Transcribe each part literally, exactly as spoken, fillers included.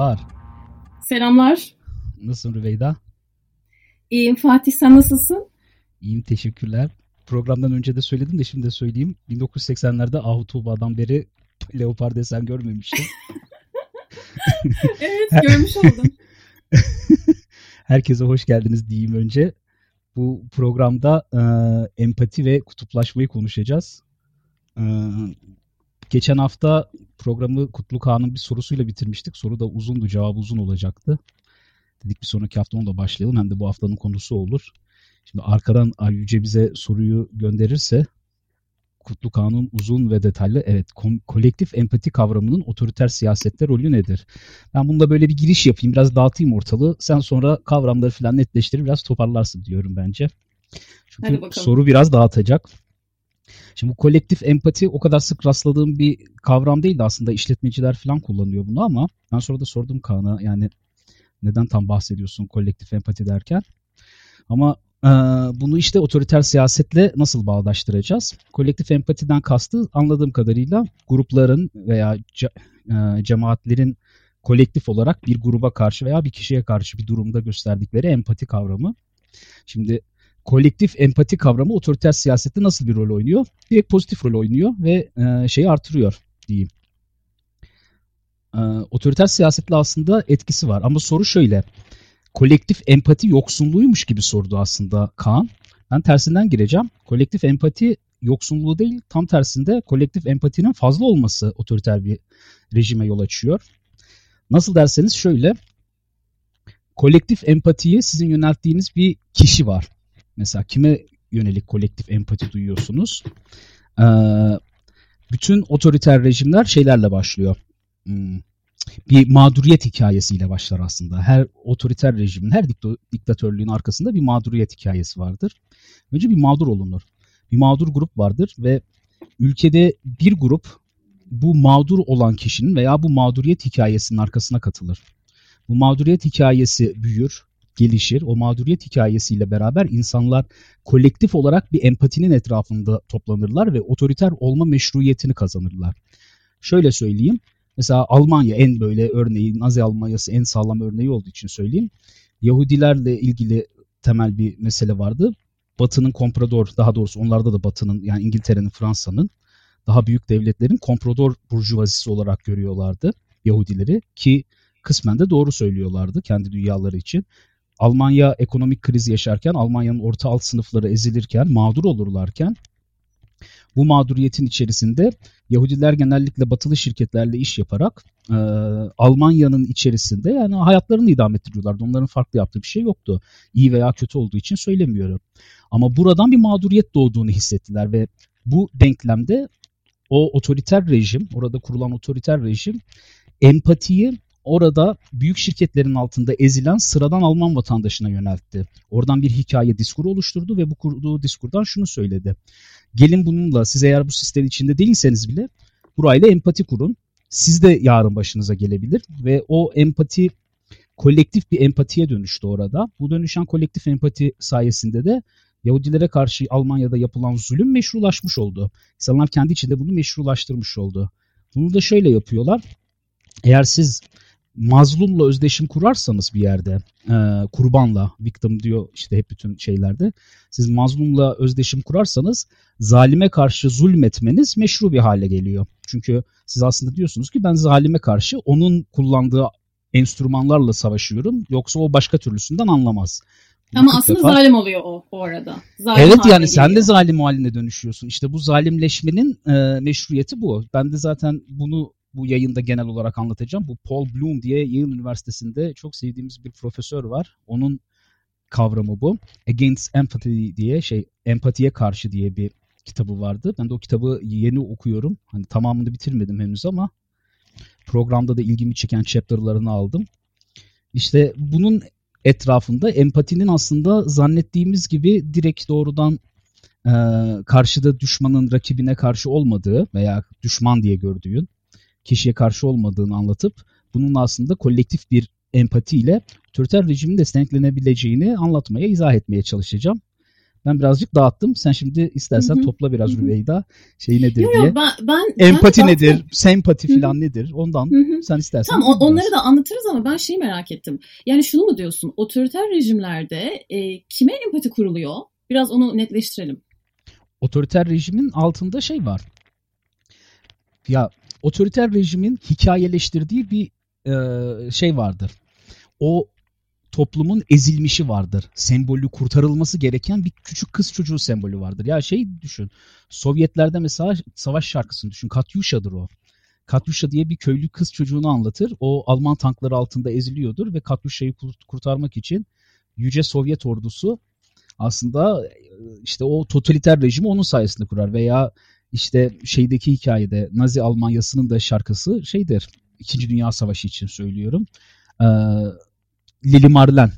Merhabalar. Selamlar. Nasılsın Rüveyda? İyiyim Fatih, sen nasılsın? İyiyim, teşekkürler. Programdan önce de söyledim de şimdi de söyleyeyim. bin dokuz yüz seksenlerde Ahu Tuğba'dan beri leopar desen görmemiştim. Evet, görmüş oldum. Herkese hoş geldiniz diyeyim önce. Bu programda e, empati ve kutuplaşmayı konuşacağız. E, geçen hafta programı Kutlu Kağan'ın bir sorusuyla bitirmiştik. Soru da uzundu, cevabı uzun olacaktı. Dedik bir sonraki hafta onu da başlayalım. Hem de bu haftanın konusu olur. Şimdi arkadan Ay Yüce bize soruyu gönderirse, Kutlu Kağan'ın uzun ve detaylı, evet, kom- kolektif empati kavramının otoriter siyasette rolü nedir? Ben bunda böyle bir giriş yapayım, biraz dağıtayım ortalığı. Sen sonra kavramları falan netleştirir, biraz toparlarsın diyorum bence. Çünkü soru biraz dağıtacak. Şimdi bu kolektif empati o kadar sık rastladığım bir kavram değil de aslında işletmeciler falan kullanıyor bunu, ama ben sonra da sordum Kaan'a, yani neden tam bahsediyorsun kolektif empati derken? Ama e, bunu işte otoriter siyasetle nasıl bağdaştıracağız? Kolektif empatiden kastı anladığım kadarıyla grupların veya ce, e, cemaatlerin kolektif olarak bir gruba karşı veya bir kişiye karşı bir durumda gösterdikleri empati kavramı. Şimdi kolektif empati kavramı otoriter siyasette nasıl bir rol oynuyor? Direkt pozitif rol oynuyor ve e, şeyi artırıyor diyeyim. E, otoriter siyasetle aslında etkisi var, ama soru şöyle. Kolektif empati yoksunluğuymuş gibi sordu aslında Kaan. Ben tersinden gireceğim. Kolektif empati yoksunluğu değil, tam tersinde kolektif empatinin fazla olması otoriter bir rejime yol açıyor. Nasıl derseniz şöyle. Kolektif empatiyi sizin yönelttiğiniz bir kişi var. Mesela kime yönelik kolektif empati duyuyorsunuz? Ee, bütün otoriter rejimler şeylerle başlıyor. Hmm. Bir mağduriyet hikayesiyle başlar aslında. Her otoriter rejimin, her dikto- diktatörlüğün arkasında bir mağduriyet hikayesi vardır. Önce bir mağdur olunur. Bir mağdur grup vardır ve ülkede bir grup bu mağdur olan kişinin veya bu mağduriyet hikayesinin arkasına katılır. Bu mağduriyet hikayesi büyür, gelişir. O mağduriyet hikayesiyle beraber insanlar kolektif olarak bir empatinin etrafında toplanırlar ve otoriter olma meşruiyetini kazanırlar. Şöyle söyleyeyim. Mesela Almanya en böyle örneği, Nazi Almanyası en sağlam örneği olduğu için söyleyeyim. Yahudilerle ilgili temel bir mesele vardı. Batı'nın komprador, daha doğrusu onlarda da Batı'nın, yani İngiltere'nin, Fransa'nın, daha büyük devletlerin komprador burjuvazisi olarak görüyorlardı Yahudileri, ki kısmen de doğru söylüyorlardı kendi dünyaları için. Almanya ekonomik kriz yaşarken, Almanya'nın orta alt sınıfları ezilirken, mağdur olurlarken, bu mağduriyetin içerisinde Yahudiler genellikle batılı şirketlerle iş yaparak e, Almanya'nın içerisinde yani hayatlarını idame ettiriyorlardı. Onların farklı yaptığı bir şey yoktu. İyi veya kötü olduğu için söylemiyorum. Ama buradan bir mağduriyet doğduğunu hissettiler ve bu denklemde o otoriter rejim, orada kurulan otoriter rejim empatiyi orada büyük şirketlerin altında ezilen sıradan Alman vatandaşına yöneltti. Oradan bir hikaye diskuru oluşturdu ve bu kurduğu diskurdan şunu söyledi. Gelin bununla, siz eğer bu sistem içinde değilseniz bile burayla empati kurun. Siz de yarın başınıza gelebilir ve o empati kolektif bir empatiye dönüştü orada. Bu dönüşen kolektif empati sayesinde de Yahudilere karşı Almanya'da yapılan zulüm meşrulaşmış oldu. İnsanlar kendi içinde bunu meşrulaştırmış oldu. Bunu da şöyle yapıyorlar. Eğer siz mazlumla özdeşim kurarsanız bir yerde, e, kurbanla, victim diyor işte hep bütün şeylerde, siz mazlumla özdeşim kurarsanız zalime karşı zulmetmeniz meşru bir hale geliyor. Çünkü siz aslında diyorsunuz ki ben zalime karşı onun kullandığı enstrümanlarla savaşıyorum, yoksa o başka türlüsünden anlamaz. Ama aslında defa zalim oluyor o, o arada. Zalim evet, yani sen geliyor. De zalim haline dönüşüyorsun. İşte bu zalimleşmenin e, meşruiyeti bu. Ben de zaten bunu bu yayında genel olarak anlatacağım. Bu Paul Bloom diye Yale Üniversitesi'nde çok sevdiğimiz bir profesör var. Onun kavramı bu. Against Empathy diye, şey, empatiye karşı diye bir kitabı vardı. Ben de o kitabı yeni okuyorum. Hani tamamını bitirmedim henüz ama programda da ilgimi çeken chapter'larını aldım. İşte bunun etrafında empatinin aslında zannettiğimiz gibi direkt doğrudan e, karşıda düşmanın rakibine karşı olmadığı veya düşman diye gördüğün kişiye karşı olmadığını anlatıp bunun aslında kolektif bir empatiyle otoriter rejimin desteklenebileceğini anlatmaya, izah etmeye çalışacağım. Ben birazcık dağıttım. Sen şimdi istersen Hı hı. topla biraz Hı hı. Rüveyda. Şey nedir Yo diye. yo ben ben Empati ben de nedir? dağıtırım. Sempati Hı hı. falan nedir? Ondan Hı hı. sen istersen Tamam gir onları biraz. da anlatırız ama ben şeyi merak ettim. Yani şunu mu diyorsun? Otoriter rejimlerde e, kime empati kuruluyor? Biraz onu netleştirelim. Otoriter rejimin altında şey var. Ya otoriter rejimin hikayeleştirdiği bir e, şey vardır. O toplumun ezilmişi vardır. Sembolü kurtarılması gereken bir küçük kız çocuğu sembolü vardır. Ya şey düşün. Sovyetlerde mesela savaş şarkısını düşün. Katyuşa'dır o. Katyusha diye bir köylü kız çocuğunu anlatır. O Alman tankları altında eziliyordur ve Katyusha'yı kurtarmak için Yüce Sovyet ordusu aslında işte o totaliter rejimi onun sayesinde kurar. Veya işte şeydeki hikayede Nazi Almanyası'nın da şarkısı şeydir. İkinci Dünya Savaşı için söylüyorum. Ee, Lili Marlen.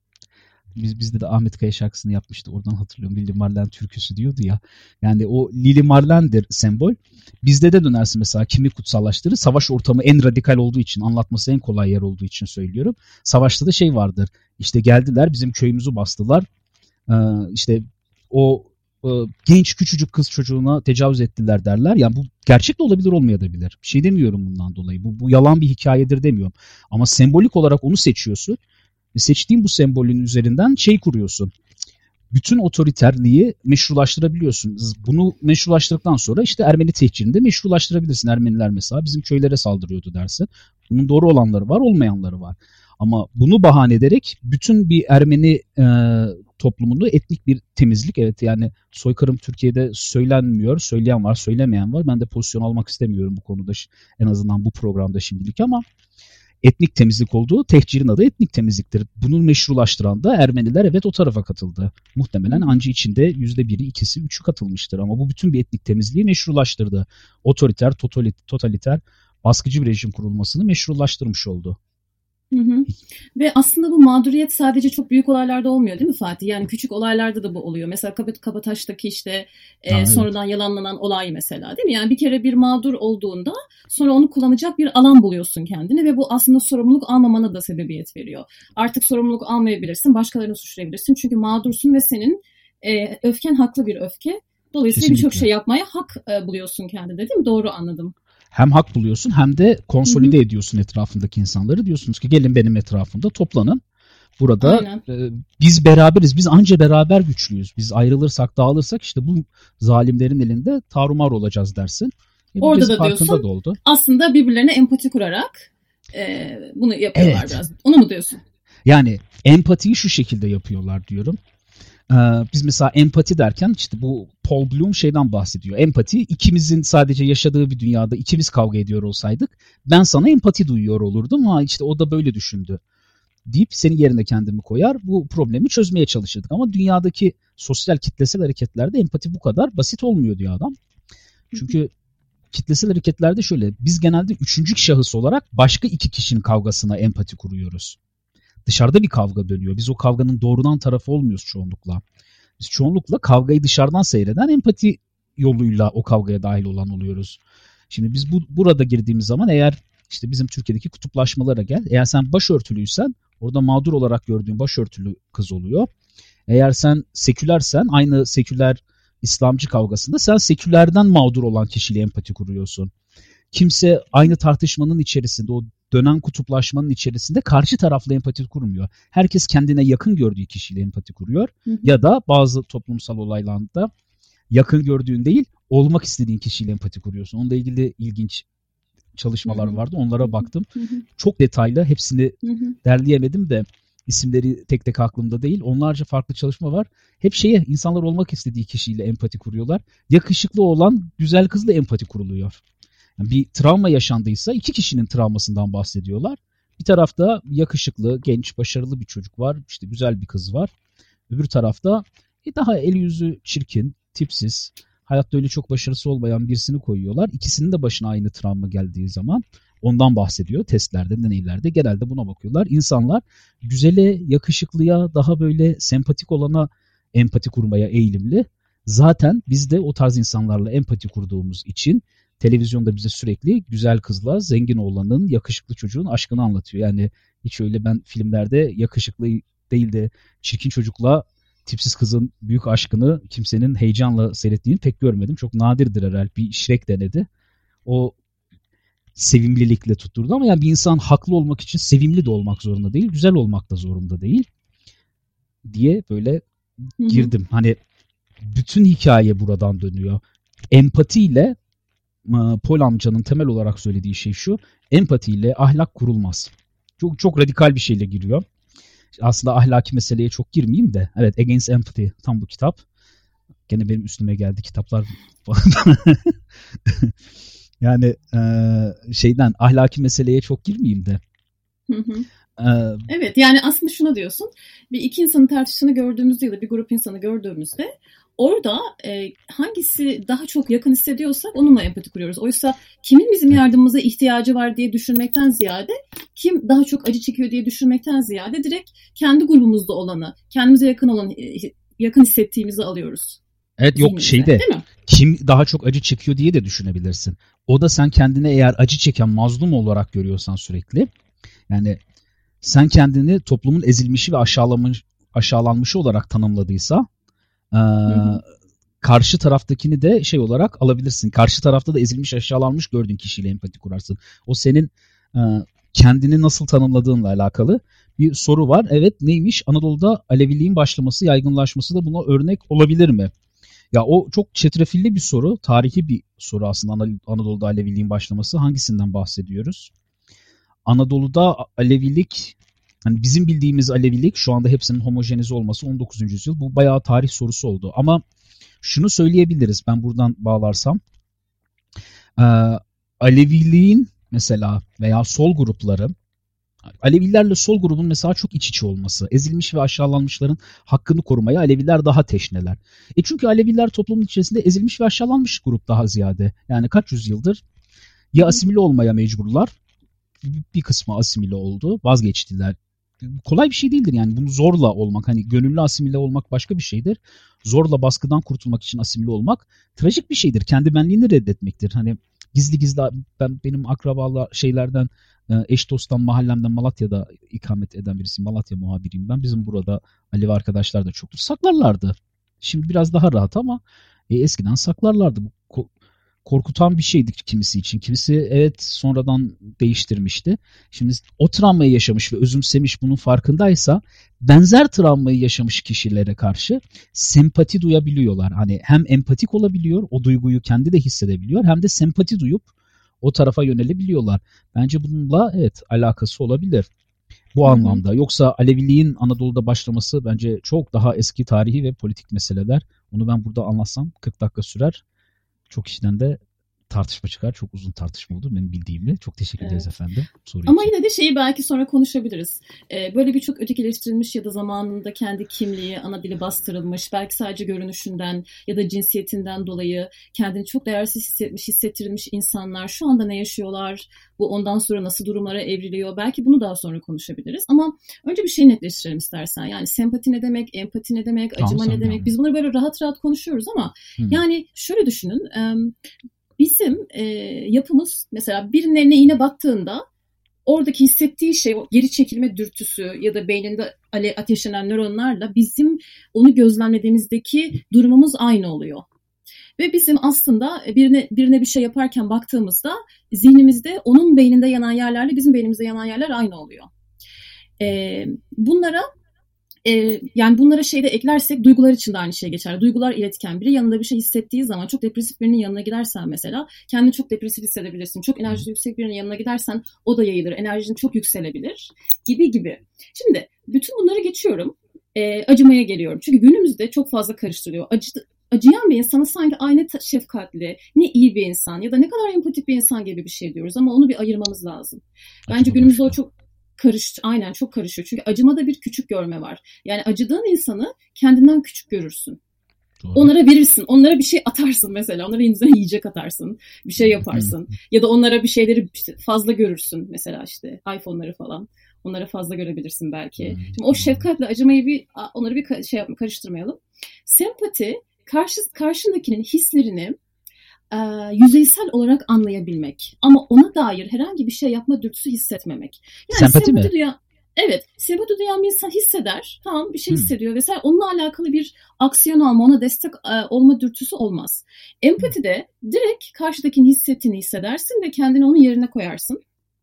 Biz, bizde de Ahmet Kaya şarkısını yapmıştı. Oradan hatırlıyorum. Lili Marlen türküsü diyordu ya. Yani o Lili Marlen'dir sembol. Bizde de dönersin mesela kimi kutsallaştırır? Savaş ortamı en radikal olduğu için, anlatması en kolay yer olduğu için söylüyorum. Savaşta da şey vardır. İşte geldiler bizim köyümüzü bastılar. Ee, işte o e, genç küçücük kız çocuğuna tecavüz ettiler derler. Yani bu gerçek de olabilir, olmayabilir. Bir şey demiyorum bundan dolayı. Bu, bu yalan bir hikayedir demiyorum. Ama sembolik olarak onu seçiyorsun. Ve seçtiğin bu sembolün üzerinden şey kuruyorsun. Bütün otoriterliği meşrulaştırabiliyorsun. Bunu meşrulaştırdıktan sonra işte Ermeni tehcirini de meşrulaştırabilirsin. Ermeniler mesela bizim köylere saldırıyordu dersin. Bunun doğru olanları var, olmayanları var. Ama bunu bahane ederek bütün bir Ermeni e, toplumunu etnik bir temizlik, evet yani soykırım Türkiye'de söylenmiyor, söyleyen var, söylemeyen var. Ben de pozisyon almak istemiyorum bu konuda en azından bu programda şimdilik ama etnik temizlik olduğu, tehcirin adı etnik temizliktir. Bunu meşrulaştıran da Ermeniler, evet o tarafa katıldı. Muhtemelen anca içinde yüzde biri, ikisi, üçü katılmıştır. Ama bu bütün bir etnik temizliği meşrulaştırdı. Otoriter, totaliter, baskıcı bir rejim kurulmasını meşrulaştırmış oldu. Hı hı. Ve aslında bu mağduriyet sadece çok büyük olaylarda olmuyor değil mi Fatih? Yani küçük olaylarda da bu oluyor. Mesela Kabataş'taki işte e, ha, sonradan evet. yalanlanan olay mesela değil mi? Yani bir kere bir mağdur olduğunda sonra onu kullanacak bir alan buluyorsun kendine ve bu aslında sorumluluk almamana da sebebiyet veriyor. Artık sorumluluk almayabilirsin, başkalarını suçlayabilirsin. Çünkü mağdursun ve senin e, öfken haklı bir öfke. Dolayısıyla birçok şey yapmaya hak e, buluyorsun kendine değil mi? Doğru anladım. Hem hak buluyorsun hem de konsolide hı hı. ediyorsun etrafındaki insanları. Diyorsunuz ki gelin benim etrafımda toplanın. Burada e, biz beraberiz. Biz anca beraber güçlüyüz. Biz ayrılırsak, dağılırsak işte bu zalimlerin elinde tarumar olacağız dersin. E, Orada da diyorsun da oldu. Aslında birbirlerine empati kurarak e, bunu yapıyorlar evet. biraz. Onu mu diyorsun? Yani empatiyi şu şekilde yapıyorlar diyorum. Ee, biz mesela empati derken işte bu Paul Bloom şeyden bahsediyor. Empati ikimizin sadece yaşadığı bir dünyada ikimiz kavga ediyor olsaydık ben sana empati duyuyor olurdum ama işte o da böyle düşündü deyip senin yerine kendimi koyar bu problemi çözmeye çalışırdık. Ama dünyadaki sosyal kitlesel hareketlerde empati bu kadar basit olmuyor diyor adam. Çünkü kitlesel hareketlerde şöyle biz genelde üçüncü şahıs olarak başka iki kişinin kavgasına empati kuruyoruz. Dışarıda bir kavga dönüyor. Biz o kavganın doğrudan tarafı olmuyoruz çoğunlukla. Biz çoğunlukla kavgayı dışarıdan seyreden empati yoluyla o kavgaya dahil olan oluyoruz. Şimdi biz bu, burada girdiğimiz zaman eğer işte bizim Türkiye'deki kutuplaşmalara gel. Eğer sen başörtülüysen orada mağdur olarak gördüğün başörtülü kız oluyor. Eğer sen sekülersen aynı seküler İslamcı kavgasında sen sekülerden mağdur olan kişiyle empati kuruyorsun. Kimse aynı tartışmanın içerisinde o dönen kutuplaşmanın içerisinde karşı tarafla empati kurmuyor. Herkes kendine yakın gördüğü kişiyle empati kuruyor. Hı hı. Ya da bazı toplumsal olaylarda yakın gördüğün değil, olmak istediğin kişiyle empati kuruyorsun. Onunla ilgili ilginç çalışmalar hı hı. vardı. Onlara baktım. Hı hı. Çok detaylı. Hepsini hı hı. derleyemedim de isimleri tek tek aklımda değil. Onlarca farklı çalışma var. Hep şeye insanlar olmak istediği kişiyle empati kuruyorlar. Yakışıklı olan güzel kızla empati kuruluyor. Yani bir travma yaşandıysa iki kişinin travmasından bahsediyorlar. Bir tarafta yakışıklı, genç, başarılı bir çocuk var. İşte güzel bir kız var. Öbür tarafta e, daha el yüzü çirkin, tipsiz, hayatta öyle çok başarısı olmayan birisini koyuyorlar. İkisinin de başına aynı travma geldiği zaman ondan bahsediyor. Testlerde, deneylerde genelde buna bakıyorlar. İnsanlar güzele, yakışıklıya, daha böyle sempatik olana empati kurmaya eğilimli. Zaten biz de o tarz insanlarla empati kurduğumuz için televizyonda bize sürekli güzel kızla zengin oğlanın, yakışıklı çocuğun aşkını anlatıyor. Yani hiç öyle ben filmlerde yakışıklı değil de çirkin çocukla tipsiz kızın büyük aşkını kimsenin heyecanla seyrettiğini pek görmedim. Çok nadirdir herhalde. Bir Shrek denedi. O sevimlilikle tutturdu ama yani bir insan haklı olmak için sevimli de olmak zorunda değil, güzel olmak da zorunda değil diye böyle girdim. Hı hı. Hani bütün hikaye buradan dönüyor. Empatiyle Paul amcanın temel olarak söylediği şey şu: empatiyle ahlak kurulmaz. Çok çok radikal bir şeyle giriyor. Aslında ahlaki meseleye çok girmeyeyim de. Evet, Against Empathy tam bu kitap. Gene benim üstüme geldi kitaplar. Yani e, şeyden ahlaki meseleye çok girmeyeyim de. Hı hı. Ee, evet, yani aslında şuna diyorsun. Bir iki insanın tartıştığını gördüğümüzde ya da bir grup insanı gördüğümüzde orada e, hangisi daha çok yakın hissediyorsak onunla empati kuruyoruz. Oysa kimin bizim yardımımıza ihtiyacı var diye düşünmekten ziyade, kim daha çok acı çekiyor diye düşünmekten ziyade direkt kendi grubumuzda olanı, kendimize yakın olanı, yakın hissettiğimizi alıyoruz. Evet, yok şeyde kim daha çok acı çekiyor diye de düşünebilirsin. O da sen kendine eğer acı çeken mazlum olarak görüyorsan sürekli, yani sen kendini toplumun ezilmişi ve aşağılanmış, aşağılanmışı olarak tanımladıysa e, karşı taraftakini de şey olarak alabilirsin. Karşı tarafta da ezilmiş, aşağılanmış gördüğün kişiyle empati kurarsın. O senin e, kendini nasıl tanımladığınla alakalı bir soru var. Evet, neymiş? Anadolu'da Aleviliğin başlaması, yaygınlaşması da buna örnek olabilir mi? Ya o çok çetrefilli bir soru. Tarihi bir soru aslında Anadolu'da Aleviliğin başlaması. Hangisinden bahsediyoruz? Anadolu'da Alevilik, hani bizim bildiğimiz Alevilik, şu anda hepsinin homojenize olması on dokuzuncu yüzyıl. Bu bayağı tarih sorusu oldu. Ama şunu söyleyebiliriz, ben buradan bağlarsam. Ee, Aleviliğin mesela veya sol grupları, Alevilerle sol grubun mesela çok iç içe olması, ezilmiş ve aşağılanmışların hakkını korumaya Aleviler daha teşneler. E çünkü Aleviler toplumun içerisinde ezilmiş ve aşağılanmış grup daha ziyade. Yani kaç yüzyıldır ya asimile olmaya mecburlar, bir kısmı asimile oldu, vazgeçtiler. Kolay bir şey değildir yani, bunu zorla olmak, hani gönüllü asimile olmak başka bir şeydir. Zorla baskıdan kurtulmak için asimile olmak trajik bir şeydir. Kendi benliğini reddetmektir. Hani gizli gizli, ben benim akrabalar şeylerden, eş dosttan, mahallemden Malatya'da ikamet eden birisi. Malatya muhabiriyim ben. Bizim burada Alevi arkadaşlar da çoktur. Saklarlardı. Şimdi biraz daha rahat ama e, eskiden saklarlardı. Bu ko- korkutan bir şeydi kimisi için. Kimisi evet sonradan değiştirmişti. Şimdi o travmayı yaşamış ve özümsemiş, bunun farkındaysa benzer travmayı yaşamış kişilere karşı sempati duyabiliyorlar. Hani hem empatik olabiliyor, o duyguyu kendi de hissedebiliyor, hem de sempati duyup o tarafa yönelebiliyorlar. Bence bununla evet alakası olabilir bu Hı-hı. anlamda. Yoksa Aleviliğin Anadolu'da başlaması bence çok daha eski tarihi ve politik meseleler. Onu ben burada anlatsam kırk dakika sürer. Çok kişiden de tartışma çıkar. Çok uzun tartışma olur benim bildiğimle. Çok teşekkür ederiz evet. efendim. Soru Ama için. Yine de şeyi belki sonra konuşabiliriz. Ee, böyle birçok ötekileştirilmiş ya da zamanında kendi kimliği, ana dili bastırılmış, belki sadece görünüşünden ya da cinsiyetinden dolayı kendini çok değersiz hissetmiş, hissettirilmiş insanlar şu anda ne yaşıyorlar? Bu ondan sonra nasıl durumlara evriliyor? Belki bunu daha sonra konuşabiliriz. Ama önce bir şey netleştirelim istersen. Yani sempati ne demek, empati ne demek, acıma tamam, ne demek? Yani. Biz bunları böyle rahat rahat konuşuyoruz ama hmm. yani şöyle düşünün. Bizim e, yapımız mesela birinin eline iğne battığında oradaki hissettiği şey, o geri çekilme dürtüsü ya da beyninde ale, ateşlenen nöronlarla bizim onu gözlemlediğimizdeki durumumuz aynı oluyor. Ve bizim aslında birine, birine bir şey yaparken baktığımızda zihnimizde onun beyninde yanan yerlerle bizim beynimizde yanan yerler aynı oluyor. E, bunlara Ee, yani bunlara şey de eklersek duygular için de aynı şey geçer. Duygular iletken, biri yanında bir şey hissettiği zaman, çok depresif birinin yanına gidersen mesela kendini çok depresif hissedebilirsin. Çok enerjisi yüksek birinin yanına gidersen o da yayılır. Enerjin çok yükselebilir gibi gibi. Şimdi bütün bunları geçiyorum. Ee, acımaya geliyorum. Çünkü günümüzde çok fazla karıştırılıyor. Acı, acıyan bir insanı sanki aynı şefkatli, ne iyi bir insan ya da ne kadar empatik bir insan gibi bir şey diyoruz. Ama onu bir ayırmamız lazım. Bence Acıma günümüzde başka. o çok Karış, aynen çok karışıyor. Çünkü acımada bir küçük görme var. Yani acıdığın insanı kendinden küçük görürsün. Doğru. Onlara verirsin. Onlara bir şey atarsın mesela. Onlara imza yiyecek atarsın. Bir şey yaparsın. Ya da onlara bir şeyleri fazla görürsün. Mesela işte iPhone'ları falan. Onlara fazla görebilirsin belki. Şimdi o şefkatle acımayı bir, onları bir şey yapma, karıştırmayalım. Sempati, karşı, karşındakinin hislerini e, yüzeysel olarak anlayabilmek. Ama ona dair herhangi bir şey yapma dürtüsü hissetmemek. Yani sempati, sempati mi? Duya, Evet, sempati duyan bir insan hisseder, tamam bir şey hissediyor hmm. vesaire. Onunla alakalı bir aksiyon alma, ona destek e, olma dürtüsü olmaz. Empatide direkt karşıdakinin hissettiğini hissedersin ve kendini onun yerine koyarsın.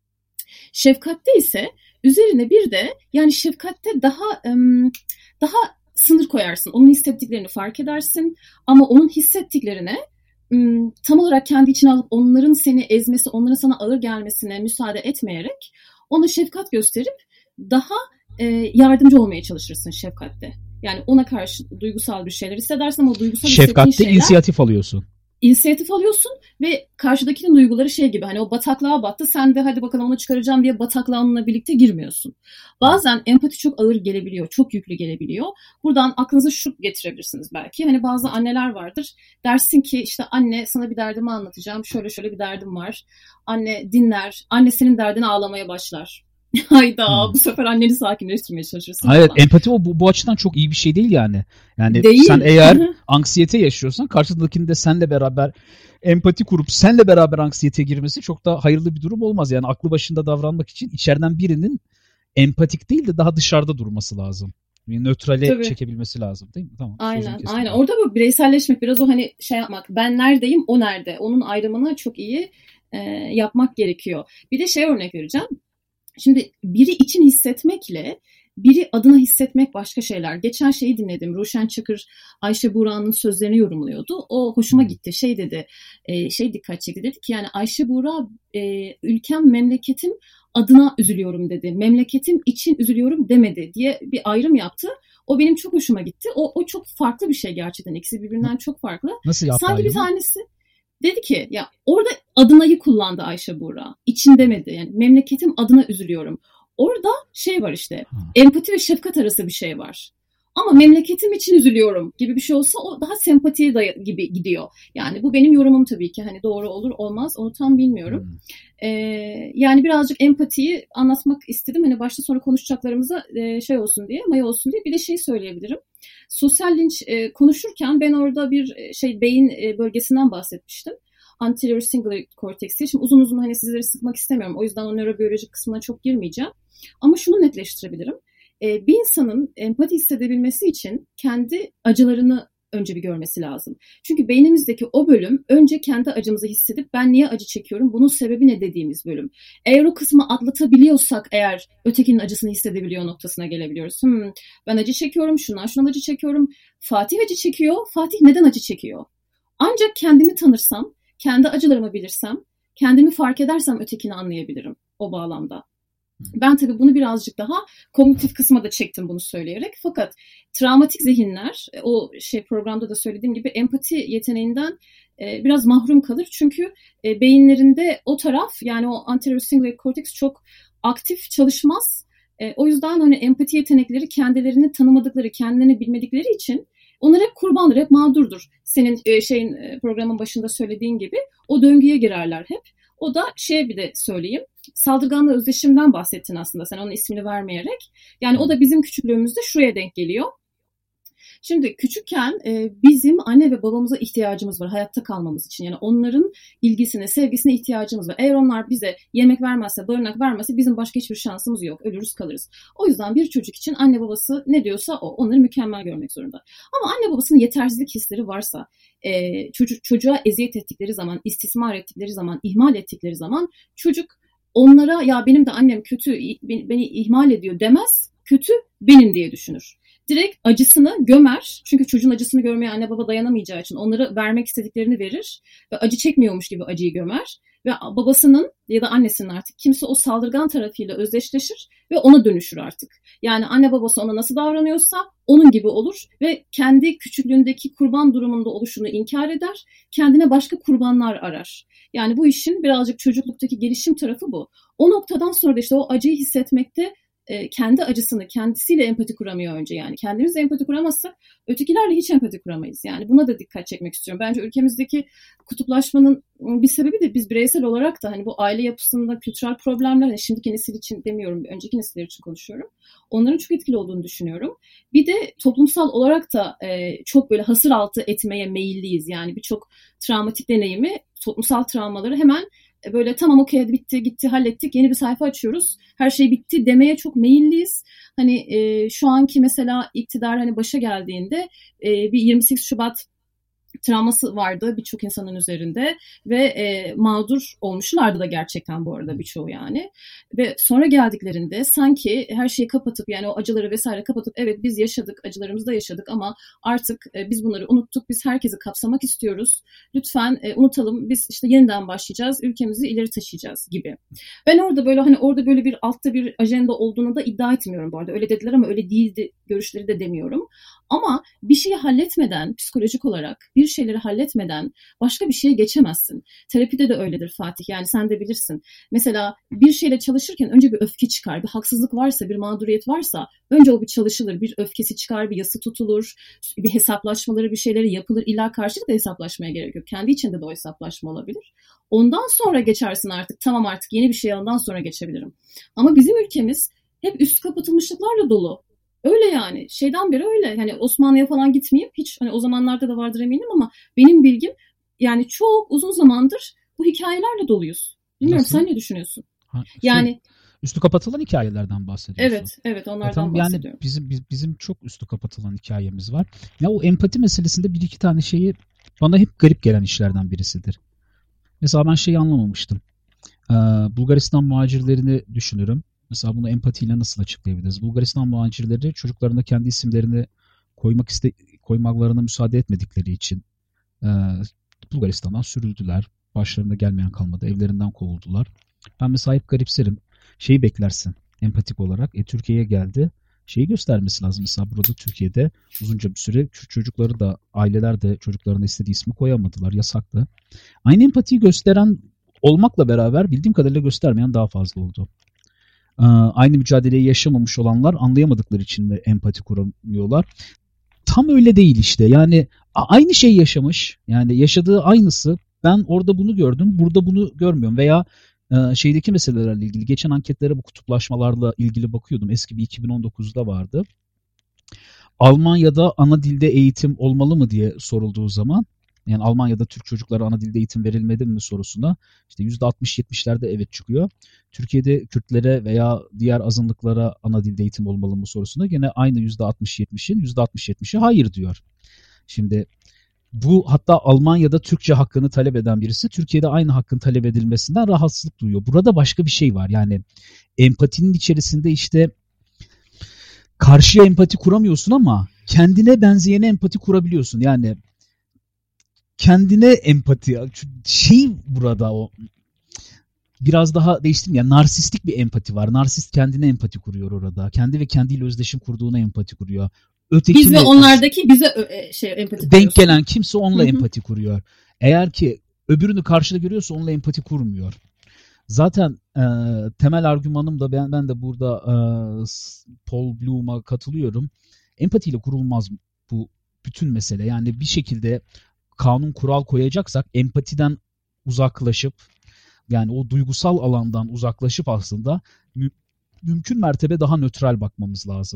Şefkatte ise üzerine bir de yani şefkatte daha ım, daha sınır koyarsın. Onun hissettiklerini fark edersin ama onun hissettiklerine ım, tam olarak kendi içine alıp onların seni ezmesi, onların sana ağır gelmesine müsaade etmeyerek ona şefkat gösterip daha e, yardımcı olmaya çalışırsın şefkatte. Yani ona karşı duygusal bir şeyler hissedersen o duygusal şefkatte hissettiğin şeyler... inisiyatif alıyorsun. İnisiyatif alıyorsun ve karşıdakinin duyguları şey gibi hani o bataklığa battı sen de hadi bakalım onu çıkaracağım diye bataklağınla birlikte girmiyorsun. Bazen empati çok ağır gelebiliyor, çok yüklü gelebiliyor. Buradan aklınıza şu getirebilirsiniz belki. Hani bazı anneler vardır. Dersin ki işte anne sana bir derdimi anlatacağım. Şöyle şöyle bir derdim var. Anne dinler. Anne senin derdine ağlamaya başlar. Hayda hmm. bu sefer anneni sakinleştirmeye çalışırsın. Evet falan. Empati o bu, bu açıdan çok iyi bir şey değil yani. Yani değil. Sen eğer anksiyete yaşıyorsan karşıdakinin de seninle beraber empati kurup seninle beraber anksiyete girmesi çok da hayırlı bir durum olmaz. Yani aklı başında davranmak için içeriden birinin empatik değil de daha dışarıda durması lazım. Yani nötrale Tabii. çekebilmesi lazım değil mi? Tamam. Aynen. Aynen. Orada bu bireyselleşmek biraz o hani şey yapmak. Ben neredeyim, o nerede? Onun ayrımını çok iyi e, yapmak gerekiyor. Bir de şey örnek vereceğim. Şimdi biri için hissetmekle biri adına hissetmek başka şeyler. Geçen şeyi dinledim. Ruşen Çakır Ayşe Buğra'nın sözlerini yorumluyordu. O hoşuma gitti. Şey dedi, e, şey dikkat çekti. Dedi ki yani Ayşe Buğra e, ülkem, memleketim adına üzülüyorum dedi. Memleketim için üzülüyorum demedi diye bir ayrım yaptı. O benim çok hoşuma gitti. O, o çok farklı bir şey gerçekten. İkisi birbirinden çok farklı. Nasıl yaptı Sanki ayrımı? Bir tanesi dedi ki ya orada adınayı kullandı Ayşe Buğra. İçin demedi. Yani memleketim adına üzülüyorum. Orada şey var işte. Hmm. Empati ve şefkat arası bir şey var. Ama memleketim için üzülüyorum gibi bir şey olsa o daha sempatiye day- gibi gidiyor. Yani bu benim yorumum tabii ki. Hani doğru olur olmaz onu tam bilmiyorum. Hmm. Ee, yani birazcık empatiyi anlatmak istedim. Hani başta sonra konuşacaklarımıza e, şey olsun diye, maya olsun diye. Bir de şey söyleyebilirim. Sosyal linç e, konuşurken ben orada bir e, şey beyin e, bölgesinden bahsetmiştim. Anterior cingulate cortex diye. Şimdi uzun uzun hani sizleri sıkmak istemiyorum. O yüzden o nörobiyolojik kısmına çok girmeyeceğim. Ama şunu netleştirebilirim. E, bir insanın empati hissedebilmesi için kendi acılarını önce bir görmesi lazım. Çünkü beynimizdeki o bölüm önce kendi acımızı hissedip ben niye acı çekiyorum, bunun sebebi ne dediğimiz bölüm. Eğer o kısmı atlatabiliyorsak eğer ötekinin acısını hissedebiliyor noktasına gelebiliyoruz. Hmm, ben acı çekiyorum, şundan şundan acı çekiyorum. Fatih acı çekiyor. Fatih neden acı çekiyor? Ancak kendimi tanırsam, kendi acılarımı bilirsem, kendimi fark edersem ötekini anlayabilirim o bağlamda. Ben tabii bunu birazcık daha kognitif kısma da çektim bunu söyleyerek. Fakat travmatik zihinler, o şey programda da söylediğim gibi empati yeteneğinden e, biraz mahrum kalır. Çünkü e, beyinlerinde o taraf yani o anterior cingulate cortex çok aktif çalışmaz. E, o yüzden hani empati yetenekleri kendilerini tanımadıkları, kendilerini bilmedikleri için onlar hep kurbandır, hep mağdurdur. Senin e, şeyin e, programın başında söylediğin gibi o döngüye girerler hep. O da şey bir de söyleyeyim. Saldırganla özdeşimden bahsettin aslında sen onun ismini vermeyerek. Yani o da bizim küçüklüğümüzde şuraya denk geliyor. Şimdi küçükken e, bizim anne ve babamıza ihtiyacımız var hayatta kalmamız için. Yani onların ilgisine, sevgisine ihtiyacımız var. Eğer onlar bize yemek vermezse, barınak vermezse bizim başka hiçbir şansımız yok. Ölürüz kalırız. O yüzden bir çocuk için anne babası ne diyorsa o. Onları mükemmel görmek zorunda. Ama anne babasının yetersizlik hisleri varsa, e, çocuk, çocuğa eziyet ettikleri zaman, istismar ettikleri zaman, ihmal ettikleri zaman çocuk onlara ya benim de annem kötü, beni, beni ihmal ediyor demez. Kötü benim diye düşünür. Direkt acısını gömer. Çünkü çocuğun acısını görmeye anne baba dayanamayacağı için onları vermek istediklerini verir. Ve acı çekmiyormuş gibi acıyı gömer. Ve babasının ya da annesinin artık kimse o saldırgan tarafıyla özdeşleşir ve ona dönüşür artık. Yani anne babası ona nasıl davranıyorsa onun gibi olur ve kendi küçüklüğündeki kurban durumunda oluşunu inkar eder. Kendine başka kurbanlar arar. Yani bu işin birazcık çocukluktaki gelişim tarafı bu. O noktadan sonra da işte o acıyı hissetmekte e, kendi acısını kendisiyle empati kuramıyor önce yani. Kendimizle empati kuramazsak ötekilerle hiç empati kuramayız. Yani buna da dikkat çekmek istiyorum. Bence ülkemizdeki kutuplaşmanın bir sebebi de biz bireysel olarak da hani bu aile yapısında kültürel problemler, yani şimdiki nesil için demiyorum, önceki nesiller için konuşuyorum. Onların çok etkili olduğunu düşünüyorum. Bir de toplumsal olarak da e, çok böyle hasır altı etmeye meyilliyiz. Yani birçok travmatik deneyimi, toplumsal travmaları hemen böyle tamam okey bitti gitti hallettik yeni bir sayfa açıyoruz her şey bitti demeye çok meyilliyiz. Hani e, şu anki mesela iktidar hani başa geldiğinde e, bir yirmi sekiz Şubat travması vardı birçok insanın üzerinde ve e, mağdur olmuşlardı da gerçekten bu arada birçoğu yani. Ve sonra geldiklerinde sanki her şeyi kapatıp yani o acıları vesaire kapatıp evet biz yaşadık, acılarımızı da yaşadık ama artık e, biz bunları unuttuk, biz herkesi kapsamak istiyoruz. Lütfen e, unutalım, biz işte yeniden başlayacağız, ülkemizi ileri taşıyacağız gibi. Ben orada böyle hani orada böyle bir altta bir ajanda olduğunu da iddia etmiyorum bu arada. Öyle dediler ama öyle değildi görüşleri de demiyorum. Ama bir şeyi halletmeden psikolojik olarak bir şeyleri halletmeden başka bir şeye geçemezsin. Terapide de öyledir Fatih. Yani sen de bilirsin. Mesela bir şeyle çalışırken önce bir öfke çıkar. Bir haksızlık varsa, bir mağduriyet varsa önce o bir çalışılır. Bir öfkesi çıkar, bir yası tutulur. Bir hesaplaşmaları, bir şeyleri yapılır. İlla karşılıklı hesaplaşmaya gerek yok. Kendi içinde de o hesaplaşma olabilir. Ondan sonra geçersin artık. Tamam artık yeni bir şey ondan sonra geçebilirim. Ama bizim ülkemiz hep üst kapatılmışlıklarla dolu. Öyle yani. Şeyden beri öyle. Hani Osmanlı'ya falan gitmeyeyim. Hiç hani o zamanlarda da vardır eminim ama benim bilgim yani çok uzun zamandır bu hikayelerle doluyuz. Bilmiyorum Nasıl? Sen ne düşünüyorsun? Ha, şey, yani üstü kapatılan hikayelerden bahsediyorsun. Evet, evet onlardan e tamam, bahsediyorum. Yani bizim bizim çok üstü kapatılan hikayemiz var. Ya o empati meselesinde bir iki tane şeyi bana hep garip gelen işlerden birisidir. Mesela ben şeyi anlamamıştım. Ee, Bulgaristan muhacirlerini düşünürüm. Mesela bunu empatiyle nasıl açıklayabiliriz? Bulgaristan muhacirleri çocuklarına kendi isimlerini koymak iste koymaklarına müsaade etmedikleri için e, Bulgaristan'dan sürüldüler. Başlarında gelmeyen kalmadı. Evlerinden kovuldular. Ben mesela hep garipserim. Şeyi beklersin empatik olarak. E, Türkiye'ye geldi. Şeyi göstermesi lazım. Mesela burada Türkiye'de uzunca bir süre çocukları da aileler de çocuklarına istediği ismi koyamadılar. Yasaktı. Aynı empatiyi gösteren olmakla beraber bildiğim kadarıyla göstermeyen daha fazla oldu. Aynı mücadeleyi yaşamamış olanlar anlayamadıkları için de empati kuramıyorlar. Tam öyle değil işte. Yani aynı şeyi yaşamış. Yani yaşadığı aynısı. Ben orada bunu gördüm. Burada bunu görmüyorum. Veya şeydeki meselelerle ilgili. Geçen anketlere bu kutuplaşmalarla ilgili bakıyordum. Eski bir iki bin on dokuzda vardı. Almanya'da ana dilde eğitim olmalı mı diye sorulduğu zaman, yani Almanya'da Türk çocuklara ana dilde eğitim verilmedi mi sorusuna işte yüzde altmış yetmişlerde evet çıkıyor. Türkiye'de Kürtlere veya diğer azınlıklara ana dilde eğitim olmalı mı sorusuna gene aynı yüzde altmış yetmişin yüzde altmış yetmişi hayır diyor. Şimdi bu hatta Almanya'da Türkçe hakkını talep eden birisi Türkiye'de aynı hakkın talep edilmesinden rahatsızlık duyuyor. Burada başka bir şey var. Yani empatinin içerisinde işte karşıya empati kuramıyorsun ama kendine benzeyene empati kurabiliyorsun. Yani kendine empati şey burada o biraz daha değiştim ya, narsistik bir empati var. Narsist kendine empati kuruyor orada. Kendi ve kendiyle özdeşim kurduğuna empati kuruyor. Öteki biz ve onlardaki bize şey empati denk gelen kimse onunla Hı-hı. empati kuruyor. Eğer ki öbürünü karşıda görüyorsa onunla empati kurmuyor. Zaten e, temel argümanım da ben ben de burada e, Paul Bloom'a katılıyorum. Empatiyle kurulmaz bu bütün mesele. Yani bir şekilde kanun kural koyacaksak empatiden uzaklaşıp yani o duygusal alandan uzaklaşıp aslında mü- mümkün mertebe daha nötral bakmamız lazım.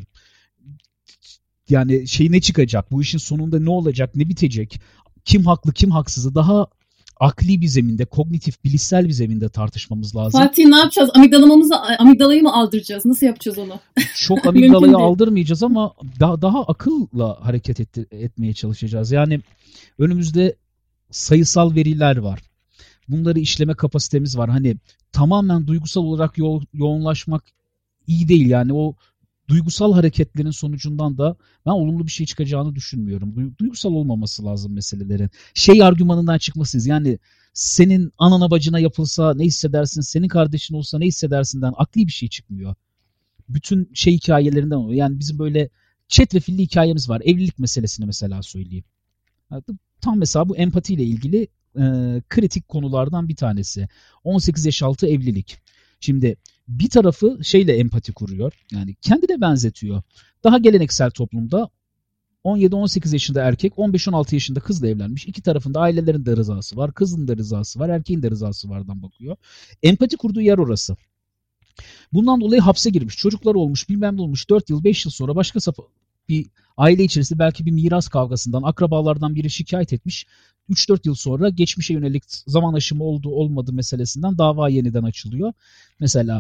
Yani şey ne çıkacak? Bu işin sonunda ne olacak? Ne bitecek? Kim haklı, kim haksızı? Daha akli bir zeminde, kognitif, bilişsel bir zeminde tartışmamız lazım. Fatih ne yapacağız? Amigdalamamızı, amigdalayı mı aldıracağız? Nasıl yapacağız onu? Çok amigdalayı aldırmayacağız ama daha, daha akılla hareket et, etmeye çalışacağız. Yani önümüzde sayısal veriler var. Bunları işleme kapasitemiz var. Hani tamamen duygusal olarak yo- yoğunlaşmak iyi değil. Yani o duygusal hareketlerin sonucundan da ben olumlu bir şey çıkacağını düşünmüyorum. Du- duygusal olmaması lazım meselelerin. Şey argümanından çıkmasınız. Yani senin anana bacına yapılsa ne hissedersin, senin kardeşin olsa ne hissedersinden akli bir şey çıkmıyor. Bütün şey hikayelerinden oluyor. Yani bizim böyle çetrefilli hikayemiz var. Evlilik meselesini mesela söyleyeyim. Tam mesela bu empatiyle ilgili e, kritik konulardan bir tanesi. on sekiz yaş altı evlilik. Şimdi bir tarafı şeyle empati kuruyor. Yani kendine benzetiyor. Daha geleneksel toplumda on yedi on sekiz yaşında erkek, on beş on altı yaşında kızla evlenmiş. İki tarafında ailelerin de rızası var, kızın da rızası var, erkeğin de rızası vardan bakıyor. Empati kurduğu yer orası. Bundan dolayı hapse girmiş, çocuklar olmuş, bilmem ne olmuş, dört yıl beş yıl sonra başka bir aile içerisinde belki bir miras kavgasından, akrabalardan biri şikayet etmiş. üç dört yıl sonra geçmişe yönelik zaman aşımı oldu olmadı meselesinden dava yeniden açılıyor. Mesela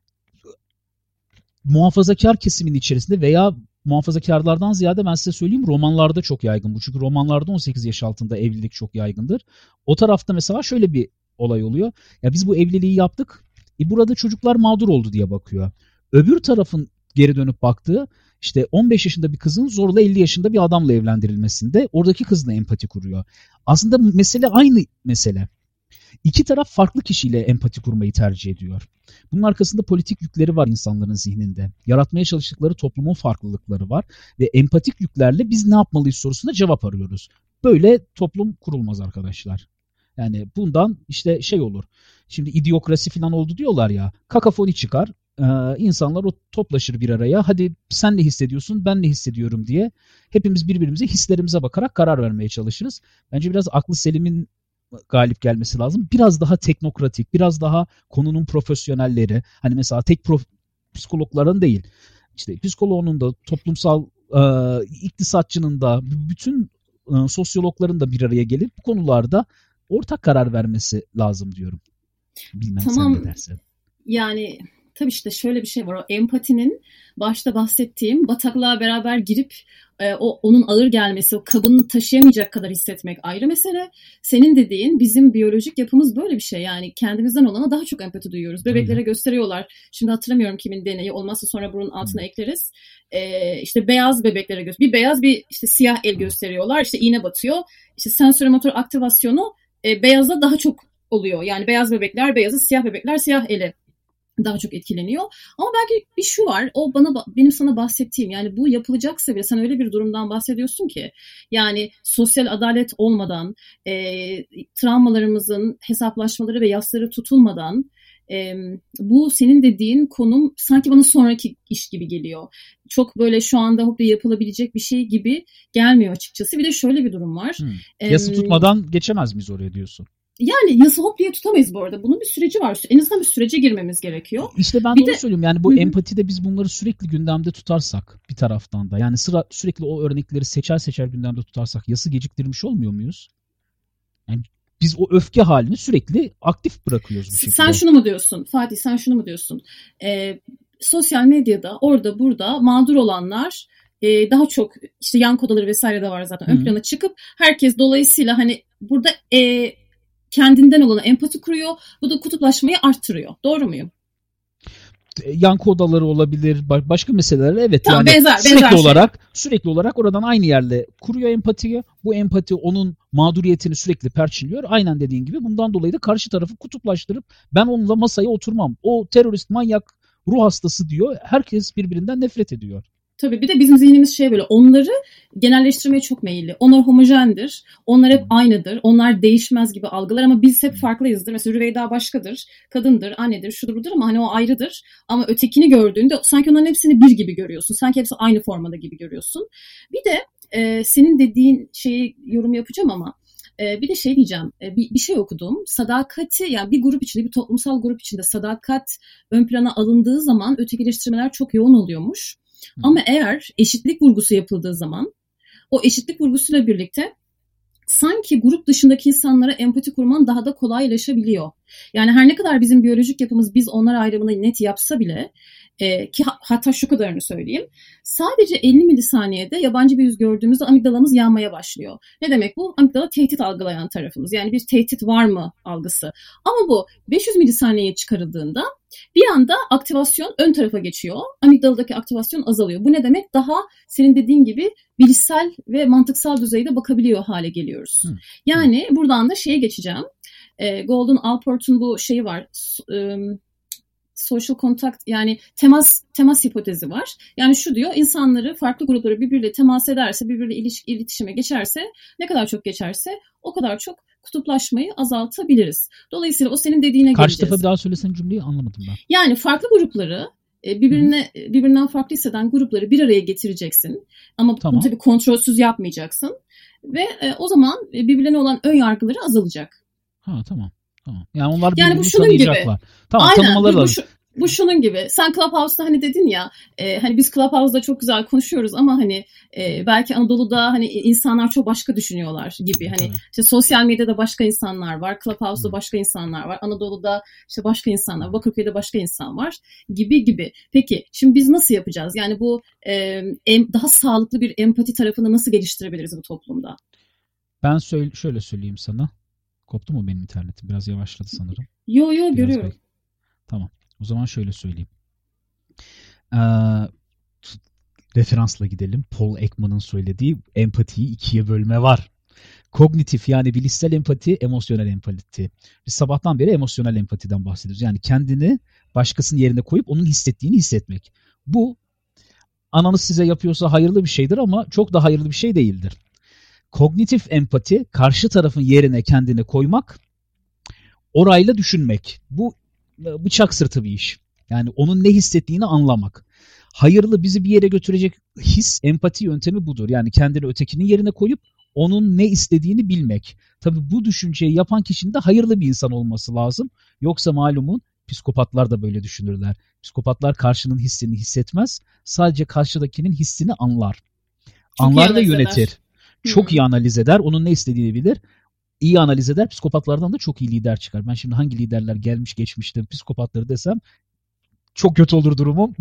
muhafazakar kesimin içerisinde veya muhafazakarlardan ziyade ben size söyleyeyim romanlarda çok yaygın bu. Çünkü romanlarda on sekiz yaş altında evlilik çok yaygındır. O tarafta mesela şöyle bir olay oluyor. Ya biz bu evliliği yaptık. E burada çocuklar mağdur oldu diye bakıyor. Öbür tarafın geri dönüp baktığı işte on beş yaşında bir kızın zorla elli yaşında bir adamla evlendirilmesinde oradaki kızla empati kuruyor. Aslında mesele aynı mesele. İki taraf farklı kişiyle empati kurmayı tercih ediyor. Bunun arkasında politik yükleri var insanların zihninde. Yaratmaya çalıştıkları toplumun farklılıkları var. Ve empatik yüklerle biz ne yapmalıyız sorusuna cevap arıyoruz. Böyle toplum kurulmaz arkadaşlar. Yani bundan işte şey olur. Şimdi idiokrasi falan oldu diyorlar ya. Kakafoni çıkar. Ee, insanlar o toplaşır bir araya. Hadi sen ne hissediyorsun, ben ne hissediyorum diye. Hepimiz birbirimize hislerimize bakarak karar vermeye çalışırız. Bence biraz aklı selimin galip gelmesi lazım. Biraz daha teknokratik, biraz daha konunun profesyonelleri. Hani mesela tek prof, psikologların değil. İşte psikoloğunun da, toplumsal e, iktisatçının da, bütün e, sosyologların da bir araya gelip bu konularda ortak karar vermesi lazım diyorum. Bilmem tamam. Sen ne dersin? Yani tabii işte şöyle bir şey var. O empatinin başta bahsettiğim bataklığa beraber girip e, o onun ağır gelmesi, o kabını taşıyamayacak kadar hissetmek ayrı mesele. Senin dediğin bizim biyolojik yapımız böyle bir şey. Yani kendimizden olana daha çok empati duyuyoruz. Bebeklere Hı. gösteriyorlar. Şimdi hatırlamıyorum kimin deneyi, olmazsa sonra bunun altına Hı. ekleriz. E, işte beyaz bebeklere göster. Bir beyaz bir işte siyah el gösteriyorlar. İşte iğne batıyor. İşte sensörimotor aktivasyonu e, beyazda daha çok oluyor. Yani beyaz bebekler beyazı, siyah bebekler siyah eli daha çok etkileniyor. Ama belki bir şu var, o bana benim sana bahsettiğim, yani bu yapılacaksa bile sen öyle bir durumdan bahsediyorsun ki, yani sosyal adalet olmadan, e, travmalarımızın hesaplaşmaları ve yasları tutulmadan, e, bu senin dediğin konum sanki bana sonraki iş gibi geliyor. Çok böyle şu anda hop yapılabilecek bir şey gibi gelmiyor açıkçası. Bir de şöyle bir durum var. Hmm. Yası e, tutmadan geçemez miyiz oraya diyorsun? Yani yasa hop diye tutamayız bu arada. Bunun bir süreci var. En azından bir sürece girmemiz gerekiyor. İşte ben bir de onu söylüyorum. Yani bu Hı-hı. empatide biz bunları sürekli gündemde tutarsak bir taraftan da. Yani sıra sürekli o örnekleri seçer seçer gündemde tutarsak yası geciktirmiş olmuyor muyuz? Yani biz o öfke halini sürekli aktif bırakıyoruz bu şekilde. Sen şunu mu diyorsun Fatih? Sen şunu mu diyorsun? Ee, sosyal medyada orada burada mağdur olanlar e, daha çok işte yan kodaları vesaire de var zaten. Ön Hı-hı. plana çıkıp herkes dolayısıyla hani burada e, kendinden olana empati kuruyor. Bu da kutuplaşmayı arttırıyor. Doğru muyum? Yankı odaları olabilir, başka meseleler evet tamam, yani benzer, sürekli benzer olarak şey. sürekli olarak oradan aynı yerle kuruyor empatiyi. Bu empati onun mağduriyetini sürekli perçinliyor. Aynen dediğin gibi bundan dolayı da karşı tarafı kutuplaştırıp ben onunla masaya oturmam. O terörist, manyak, ruh hastası diyor. Herkes birbirinden nefret ediyor. Tabii bir de bizim zihnimiz şey böyle, onları genelleştirmeye çok meyilli. Onlar homojendir, onlar hep aynıdır, onlar değişmez gibi algılar ama biz hep farklıyızdır. Mesela Rüveyda başkadır, kadındır, annedir, şudur budur ama hani o ayrıdır. Ama ötekini gördüğünde sanki onların hepsini bir gibi görüyorsun. Sanki hepsi aynı formada gibi görüyorsun. Bir de e, senin dediğin şeyi yorum yapacağım ama e, bir de şey diyeceğim, e, bir, bir şey okudum. Sadakati, yani bir grup içinde, bir toplumsal grup içinde sadakat ön plana alındığı zaman ötekileştirmeler çok yoğun oluyormuş. Ama eğer eşitlik vurgusu yapıldığı zaman o eşitlik vurgusuyla birlikte sanki grup dışındaki insanlara empati kurman daha da kolaylaşabiliyor. Yani her ne kadar bizim biyolojik yapımız biz onlar ayrımını net yapsa bile e, ki hatta şu kadarını söyleyeyim. Sadece elli milisaniyede yabancı bir yüz gördüğümüzde amigdalamız yanmaya başlıyor. Ne demek bu? Amigdala tehdit algılayan tarafımız. Yani bir tehdit var mı algısı. Ama bu beş yüz milisaniyeye çıkarıldığında bir anda aktivasyon ön tarafa geçiyor. Amigdaladaki aktivasyon azalıyor. Bu ne demek? Daha senin dediğin gibi bilişsel ve mantıksal düzeyde bakabiliyor hale geliyoruz. Hı. Yani Hı. buradan da şeye geçeceğim. E, Golden Alport'un bu şeyi var. E, social contact, yani temas temas hipotezi var. Yani şu diyor, insanları, farklı grupları birbiriyle temas ederse, birbiriyle ilişki, iletişime geçerse, ne kadar çok geçerse o kadar çok kutuplaşmayı azaltabiliriz. Dolayısıyla o senin dediğine Karşı geleceğiz. Karşı tarafa bir daha söylesen cümleyi anlamadım ben. Yani farklı grupları, birbirine Hı. birbirinden farklı hisseden grupları bir araya getireceksin. Ama tamam. bunu tabii kontrolsüz yapmayacaksın. Ve e, o zaman birbirlerine olan ön yargıları azalacak. Ha tamam. Tamam. Yani onlar yani bu şunun gibi. Tamam, Aynen, tanımaları bu, bu lazım. şu, Bu şunun gibi. Sen Clubhouse'da hani dedin ya, e, hani biz Clubhouse'da çok güzel konuşuyoruz ama hani e, belki Anadolu'da hani insanlar çok başka düşünüyorlar gibi. Hani Tabii. işte sosyal medyada başka insanlar var, Clubhouse'da Hı. başka insanlar var, Anadolu'da işte başka insanlar, Bakırköy'de başka insan var gibi gibi. Peki şimdi biz nasıl yapacağız? Yani bu e, em, daha sağlıklı bir empati tarafını nasıl geliştirebiliriz bu toplumda? Ben söyle, şöyle söyleyeyim sana. Koptu mu benim internetim? Biraz yavaşladı sanırım. Yo yo Biraz görüyorum. Bek- tamam. O zaman şöyle söyleyeyim. Ee, referansla gidelim. Paul Ekman'ın söylediği empatiyi ikiye bölme var. Kognitif yani bilişsel empati, emosyonel empati. Biz sabahtan beri emosyonel empatiden bahsediyoruz. Yani kendini başkasının yerine koyup onun hissettiğini hissetmek. Bu ananız size yapıyorsa hayırlı bir şeydir ama çok da hayırlı bir şey değildir. Kognitif empati karşı tarafın yerine kendini koymak, orayla düşünmek. Bu bıçak sırtı bir iş. Yani onun ne hissettiğini anlamak. Hayırlı bizi bir yere götürecek his, empati yöntemi budur. Yani kendini ötekinin yerine koyup onun ne istediğini bilmek. Tabii bu düşünceyi yapan kişinin de hayırlı bir insan olması lazım. Yoksa malumun psikopatlar da böyle düşünürler. Psikopatlar karşının hissini hissetmez. Sadece karşıdakinin hissini anlar. Çok anlar ve yönetir. Eder. Çok hmm. iyi analiz eder. Onun ne istediğini bilir. İyi analiz eder. Psikopatlardan da çok iyi lider çıkar. Ben şimdi hangi liderler gelmiş geçmişte psikopatları desem çok kötü olur durumum.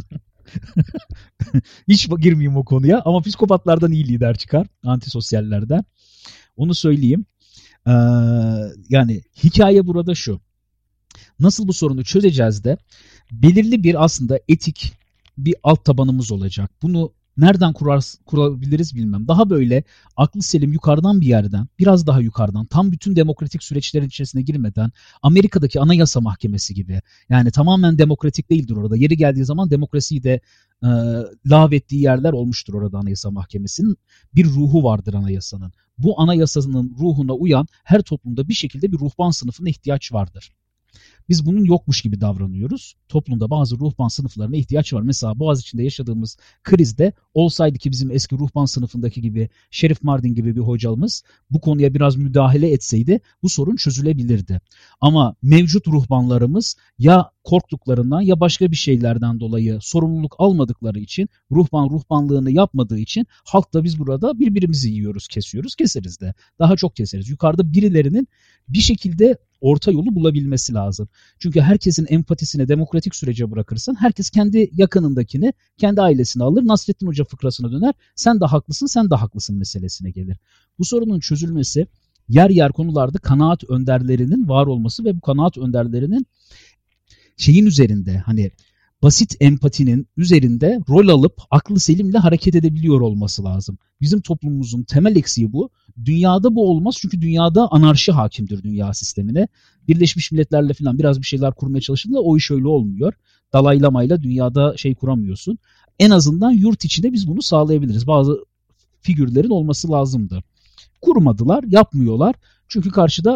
Hiç girmeyeyim o konuya ama psikopatlardan iyi lider çıkar. Antisosyallerden. Onu söyleyeyim. Ee, yani hikaye burada şu. Nasıl bu sorunu çözeceğiz de belirli bir aslında etik bir alt tabanımız olacak. Bunu nereden kurar, kurabiliriz bilmem. Daha böyle aklı selim yukarıdan bir yerden, biraz daha yukarıdan, tam bütün demokratik süreçlerin içerisine girmeden, Amerika'daki Anayasa Mahkemesi gibi. Yani tamamen demokratik değildir orada. Yeri geldiği zaman demokrasiyi de e, lağvettiği yerler olmuştur orada Anayasa Mahkemesi'nin. Bir ruhu vardır anayasanın. Bu anayasanın ruhuna uyan her toplumda bir şekilde bir ruhban sınıfına ihtiyaç vardır. Biz bunun yokmuş gibi davranıyoruz. Toplumda bazı ruhban sınıflarına ihtiyaç var. Mesela Boğaziçi'nde yaşadığımız krizde olsaydı ki bizim eski ruhban sınıfındaki gibi Şerif Mardin gibi bir hocamız bu konuya biraz müdahale etseydi bu sorun çözülebilirdi. Ama mevcut ruhbanlarımız ya korktuklarından ya başka bir şeylerden dolayı sorumluluk almadıkları için, ruhban ruhbanlığını yapmadığı için halkta biz burada birbirimizi yiyoruz, kesiyoruz, keseriz de. Daha çok keseriz. Yukarıda birilerinin bir şekilde orta yolu bulabilmesi lazım. Çünkü herkesin empatisini demokratik sürece bırakırsan herkes kendi yakınındakini, kendi ailesine alır. Nasrettin Hoca fıkrasına döner. Sen de haklısın, sen de haklısın meselesine gelir. Bu sorunun çözülmesi yer yer konularda kanaat önderlerinin var olması ve bu kanaat önderlerinin şeyin üzerinde hani basit empatinin üzerinde rol alıp aklı selimle hareket edebiliyor olması lazım. Bizim toplumumuzun temel eksiği bu. Dünyada bu olmaz çünkü dünyada anarşi hakimdir dünya sistemine. Birleşmiş Milletler'le falan biraz bir şeyler kurmaya çalıştılar. O iş öyle olmuyor. Dalai Lama'yla dünyada şey kuramıyorsun. En azından yurt içinde biz bunu sağlayabiliriz. Bazı figürlerin olması lazımdı. Kurmadılar, yapmıyorlar. Çünkü karşıda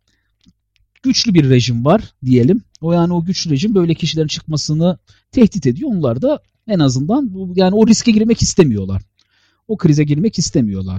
güçlü bir rejim var diyelim. O yani o güçlü rejim böyle kişilerin çıkmasını tehdit ediyor. Onlar da en azından yani o riske girmek istemiyorlar. O krize girmek istemiyorlar.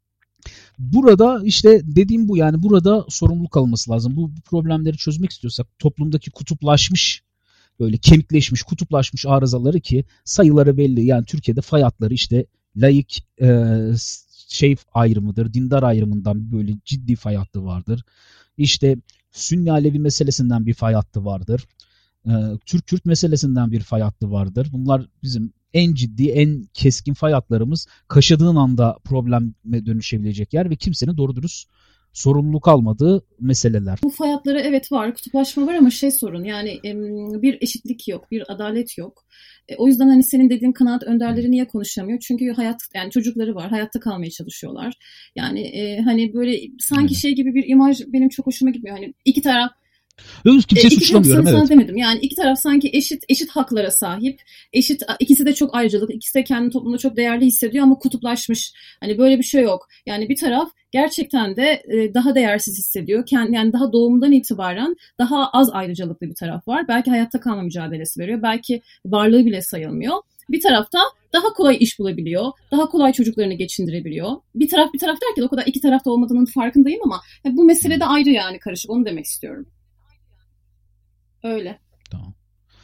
Burada işte dediğim bu yani burada sorumluluk alması lazım. Bu, bu problemleri çözmek istiyorsak toplumdaki kutuplaşmış böyle kemikleşmiş kutuplaşmış arızaları ki sayıları belli. Yani Türkiye'de fay hatları işte laik e, şey ayrımıdır, dindar ayrımından böyle ciddi fay hattı vardır. İşte Sünni Alevi meselesinden bir fay hattı vardır. Ee, Türk-Kürt meselesinden bir fay hattı vardır. Bunlar bizim en ciddi, en keskin fay hatlarımız. Kaşıdığın anda probleme dönüşebilecek yer ve kimsenin doğru dürüst sorumluluk almadığı meseleler. Bu fay hatları evet var, kutuplaşma var ama şey sorun yani bir eşitlik yok, bir adalet yok. O yüzden hani senin dediğin kanaat önderleri niye konuşamıyor? Çünkü hayat yani çocukları var, hayatta kalmaya çalışıyorlar. Yani e, hani böyle sanki Aynen. şey gibi bir imaj benim çok hoşuma gitmiyor. Hani iki taraf Kimseyi e, suçlamıyorum evet. Sana demedim. Yani iki taraf sanki eşit eşit haklara sahip. Eşit ikisi de çok ayrıcalık. İkisi de kendi toplumda çok değerli hissediyor ama kutuplaşmış. Hani böyle bir şey yok. Yani bir taraf gerçekten de e, daha değersiz hissediyor. Kendi, yani daha doğumundan itibaren daha az ayrıcalıklı bir taraf var. Belki hayatta kalma mücadelesi veriyor. Belki varlığı bile sayılmıyor. Bir tarafta daha kolay iş bulabiliyor. Daha kolay çocuklarını geçindirebiliyor. Bir taraf bir taraf derken o kadar iki tarafta olmadığının farkındayım ama yani bu mesele de ayrı yani karışık. Onu demek istiyorum. Öyle. Tamam.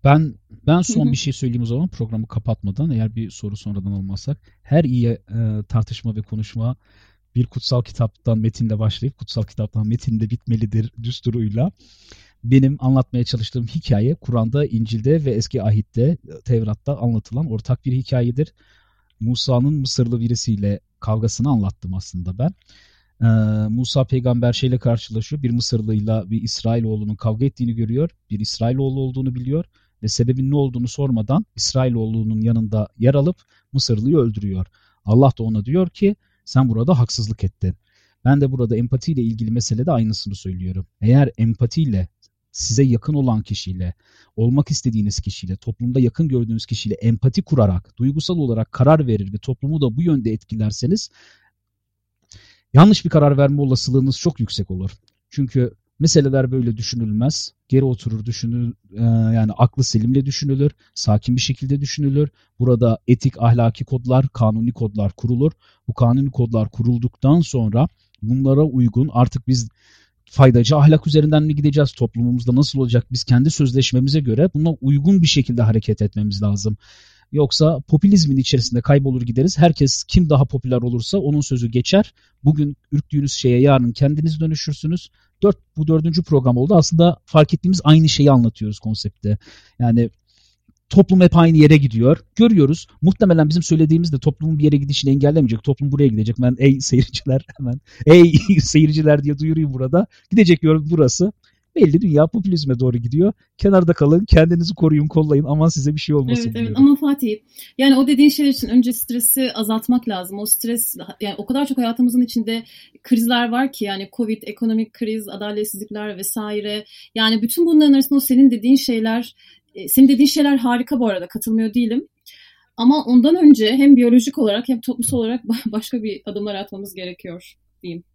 Ben ben son bir şey söyleyeyim o zaman programı kapatmadan, eğer bir soru sonradan olmazsak. Her iyi e, tartışma ve konuşma bir kutsal kitaptan metinle başlayıp kutsal kitaptan metinde bitmelidir düsturuyla. Benim anlatmaya çalıştığım hikaye Kur'an'da, İncil'de ve Eski Ahit'te, Tevrat'ta anlatılan ortak bir hikayedir. Musa'nın Mısırlı birisiyle kavgasını anlattım aslında ben. Ee, Musa peygamber şeyle karşılaşıyor. Bir Mısırlıyla bir İsrailoğlunun kavga ettiğini görüyor. Bir İsrailoğlu olduğunu biliyor ve sebebin ne olduğunu sormadan İsrailoğlunun yanında yer alıp Mısırlıyı öldürüyor. Allah da ona diyor ki sen burada haksızlık ettin. Ben de burada empatiyle ilgili meselede aynısını söylüyorum. Eğer empatiyle, size yakın olan kişiyle, olmak istediğiniz kişiyle, toplumda yakın gördüğünüz kişiyle empati kurarak, duygusal olarak karar verir ve toplumu da bu yönde etkilerseniz yanlış bir karar verme olasılığınız çok yüksek olur. Çünkü meseleler böyle düşünülmez. Geri oturur düşünülür, yani aklı selimle düşünülür, sakin bir şekilde düşünülür. Burada etik, ahlaki kodlar, kanuni kodlar kurulur. Bu kanuni kodlar kurulduktan sonra bunlara uygun artık biz faydacı ahlak üzerinden mi gideceğiz? Toplumumuzda nasıl olacak? Biz kendi sözleşmemize göre buna uygun bir şekilde hareket etmemiz lazım. Yoksa popülizmin içerisinde kaybolur gideriz. Herkes kim daha popüler olursa onun sözü geçer. Bugün ürktüğünüz şeye yarın kendiniz dönüşürsünüz. Dört, bu dördüncü program oldu. Aslında fark ettiğimiz aynı şeyi anlatıyoruz konsepte. Yani toplum hep aynı yere gidiyor. Görüyoruz. Muhtemelen bizim söylediğimiz de toplumun bir yere gidişini engellemeyecek. Toplum buraya gidecek. Ben ey seyirciler hemen ey seyirciler diye duyurayım burada. Gidecek yol burası. Belli, dünya popülizme doğru gidiyor. Kenarda kalın, kendinizi koruyun, kollayın. Aman size bir şey olmasın. Evet, evet. Ama Fatih, yani o dediğin şeyler için önce stresi azaltmak lazım. O stres, yani o kadar çok hayatımızın içinde krizler var ki, yani Covid, ekonomik kriz, adaletsizlikler vesaire. Yani bütün bunların arasında o senin dediğin şeyler, senin dediğin şeyler harika bu arada, katılmıyor değilim. Ama ondan önce hem biyolojik olarak hem toplumsal olarak başka bir adımlar atmamız gerekiyor diyeyim.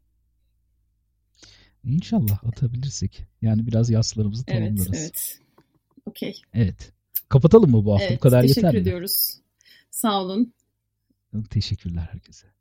İnşallah atabilirsek. Yani biraz yaslarımızı evet, tamamlarız. Evet, okey. Evet. Kapatalım mı bu hafta? Evet, bu kadar yeter mi? teşekkür ediyoruz. Sağ olun. Teşekkürler herkese.